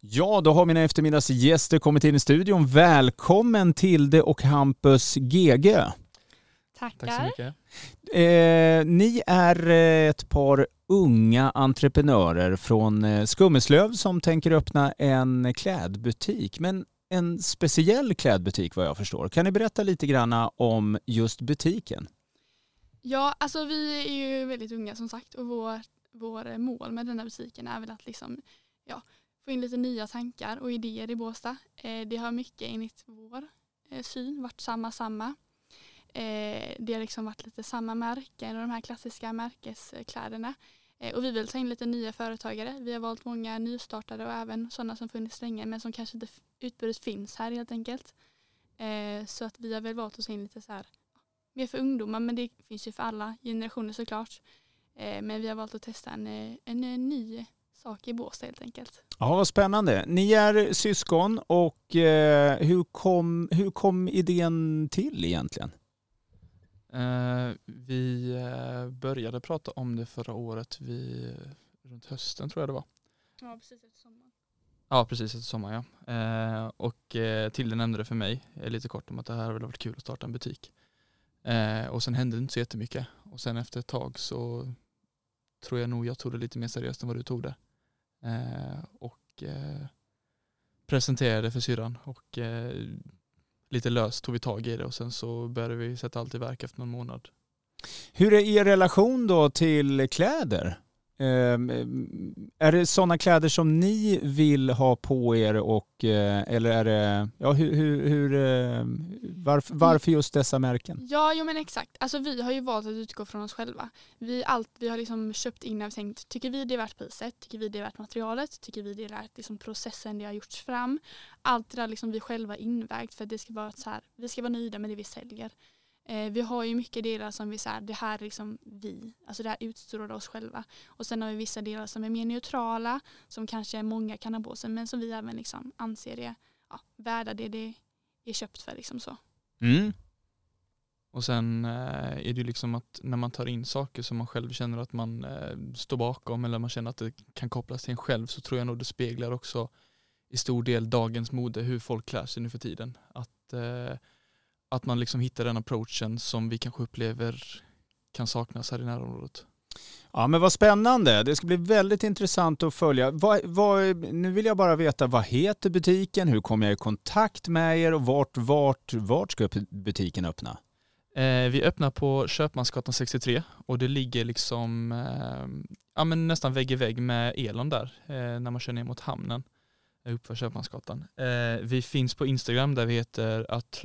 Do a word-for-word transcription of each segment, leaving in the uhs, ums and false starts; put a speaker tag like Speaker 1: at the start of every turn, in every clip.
Speaker 1: Ja, då har mina eftermiddagsgäster kommit in i studion. Välkommen Tilde och Hampus G G.
Speaker 2: Tackar.
Speaker 3: Tack så mycket.
Speaker 1: Eh, ni är ett par unga entreprenörer från Skummeslöv som tänker öppna en klädbutik. Men en speciell klädbutik vad jag förstår. Kan ni berätta lite grann om just butiken?
Speaker 2: Ja, alltså vi är ju väldigt unga som sagt och vår, vår mål med den här butiken är väl att liksom, ja, få in lite nya tankar och idéer i Båstad. Eh, det har mycket enligt vår eh, syn varit samma samma. Eh, det har liksom varit lite samma märken och de här klassiska märkeskläderna. Eh, och vi vill ta in lite nya företagare. Vi har valt många nystartade och även sådana som funnits länge men som kanske inte utbudet finns här helt enkelt. Eh, så att vi har väl valt att ta in lite så här mer för ungdomar, men det finns ju för alla generationer såklart. Eh, men vi har valt att testa en, en, en ny sak i Båstad helt enkelt.
Speaker 1: Ja, vad spännande. Ni är syskon och eh, hur, kom, hur kom idén till egentligen?
Speaker 3: Uh, vi uh, började prata om det förra året, vi, runt hösten tror jag det var.
Speaker 2: Ja, precis efter sommaren.
Speaker 3: Ja, precis efter sommaren, ja. Uh, och uh, Tilde nämnde det för mig uh, lite kort om att det här hade varit kul att starta en butik. Uh, och sen hände det inte så jättemycket. Och sen efter ett tag så tror jag nog jag tog det lite mer seriöst än vad du tog det. Uh, och uh, presenterade för syrran och uh, lite löst tog vi tag i det och sen så började vi sätta allt i verk efter någon månad.
Speaker 1: Hur är er relation då till kläder? Um, är det sådana kläder som ni vill ha på er och uh, eller är det ja hur hur, hur uh, varför, varför just dessa märken?
Speaker 2: Ja, jo men exakt. Alltså vi har ju valt att utgå från oss själva. Vi allt vi har liksom köpt in och tänkt, tycker vi det är värt priset, tycker vi det är värt materialet, tycker vi det är värt liksom processen det har gjorts fram. Allt det där liksom vi själva invägt för att det ska vara så här, vi ska vara nöjda med det vi säljer. Eh, vi har ju mycket delar som vi säger, det här är liksom vi, alltså det här utstrålar oss själva. Och sen har vi vissa delar som är mer neutrala, som kanske många kan ha på sig, men som vi även liksom anser är ja, värda det det är köpt för liksom så.
Speaker 1: Mm.
Speaker 3: Och sen eh, är det ju liksom att när man tar in saker som man själv känner att man eh, står bakom eller man känner att det kan kopplas till en själv, så tror jag nog det speglar också i stor del dagens mode, hur folk klär sig nu för tiden. Att eh, Att man liksom hittar den approachen som vi kanske upplever kan saknas här i närområdet.
Speaker 1: Ja, men vad spännande. Det ska bli väldigt intressant att följa. Vad, vad, nu vill jag bara veta, vad heter butiken? Hur kommer jag i kontakt med er? Och vart, vart, vart ska butiken öppna?
Speaker 3: Eh, vi öppnar på Köpmansgatan sextiotre och det ligger liksom eh, ja, men nästan vägg i vägg med Elon där eh, när man kör ner mot hamnen. Uppför Köpmansgatan. Eh, vi finns på Instagram där vi heter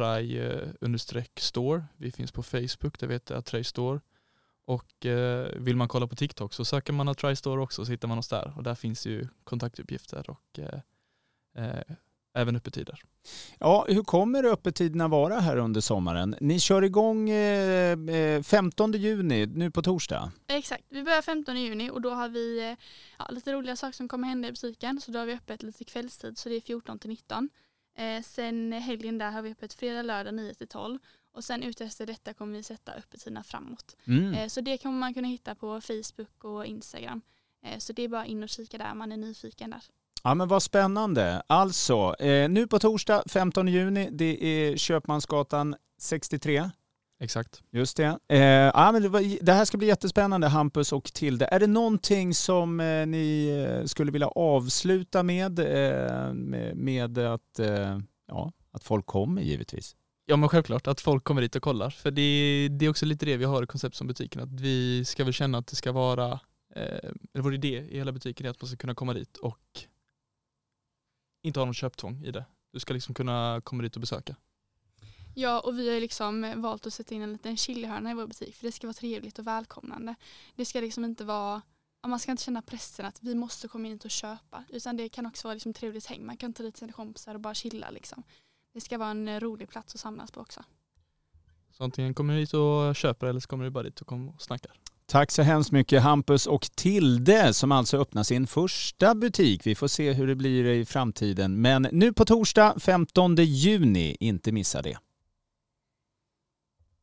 Speaker 3: atray-store. Vi finns på Facebook där vi heter Atray Store. Och eh, vill man kolla på TikTok så söker man Atray Store också, så hittar man oss där. Och där finns ju kontaktuppgifter och eh, eh, även öppettider.
Speaker 1: Ja, hur kommer öppettiderna vara här under sommaren? Ni kör igång eh, femtonde juni, nu på torsdag.
Speaker 2: Exakt, vi börjar femtonde juni och då har vi ja, lite roliga saker som kommer hända i butiken. Så då har vi öppet lite kvällstid, så det är fjorton till nitton. Eh, sen helgen där har vi öppet fredag, lördag nio till tolv. Och sen ut efter detta kommer vi sätta öppettiderna framåt. Mm. Eh, så det kommer man kunna hitta på Facebook och Instagram. Eh, så det är bara in och kika där, man är nyfiken där.
Speaker 1: Ja, men vad spännande. Alltså, eh, nu på torsdag femtonde juni, det är Köpmansgatan sextiotre.
Speaker 3: Exakt.
Speaker 1: Just det. Eh, ja, men det, var, det här ska bli jättespännande, Hampus och Tilde. Är det någonting som eh, ni skulle vilja avsluta med, eh, med, med att, eh, ja, att folk kommer givetvis?
Speaker 3: Ja, men självklart att folk kommer dit och kollar. För det, det är också lite det vi har i koncept som butiken. Att vi ska väl känna att det ska vara, eh, eller vår idé i hela butiken är att man ska kunna komma dit och inte ha någon köptvång i det. Du ska liksom kunna komma dit och besöka.
Speaker 2: Ja, och vi har liksom valt att sätta in en liten chillhörna i vår butik. För det ska vara trevligt och välkomnande. Det ska liksom inte vara, man ska inte känna pressen att vi måste komma in och köpa. Utan det kan också vara liksom trevligt häng. Man kan ta dit sina kompisar och bara chilla liksom. Det ska vara en rolig plats att samlas på också.
Speaker 3: Så antingen kommer du dit och köper eller så kommer du bara dit och kommer och snackar.
Speaker 1: Tack så hemskt mycket Hampus och Tilde som alltså öppnar sin första butik. Vi får se hur det blir i framtiden. Men nu på torsdag femtonde juni, inte missa det.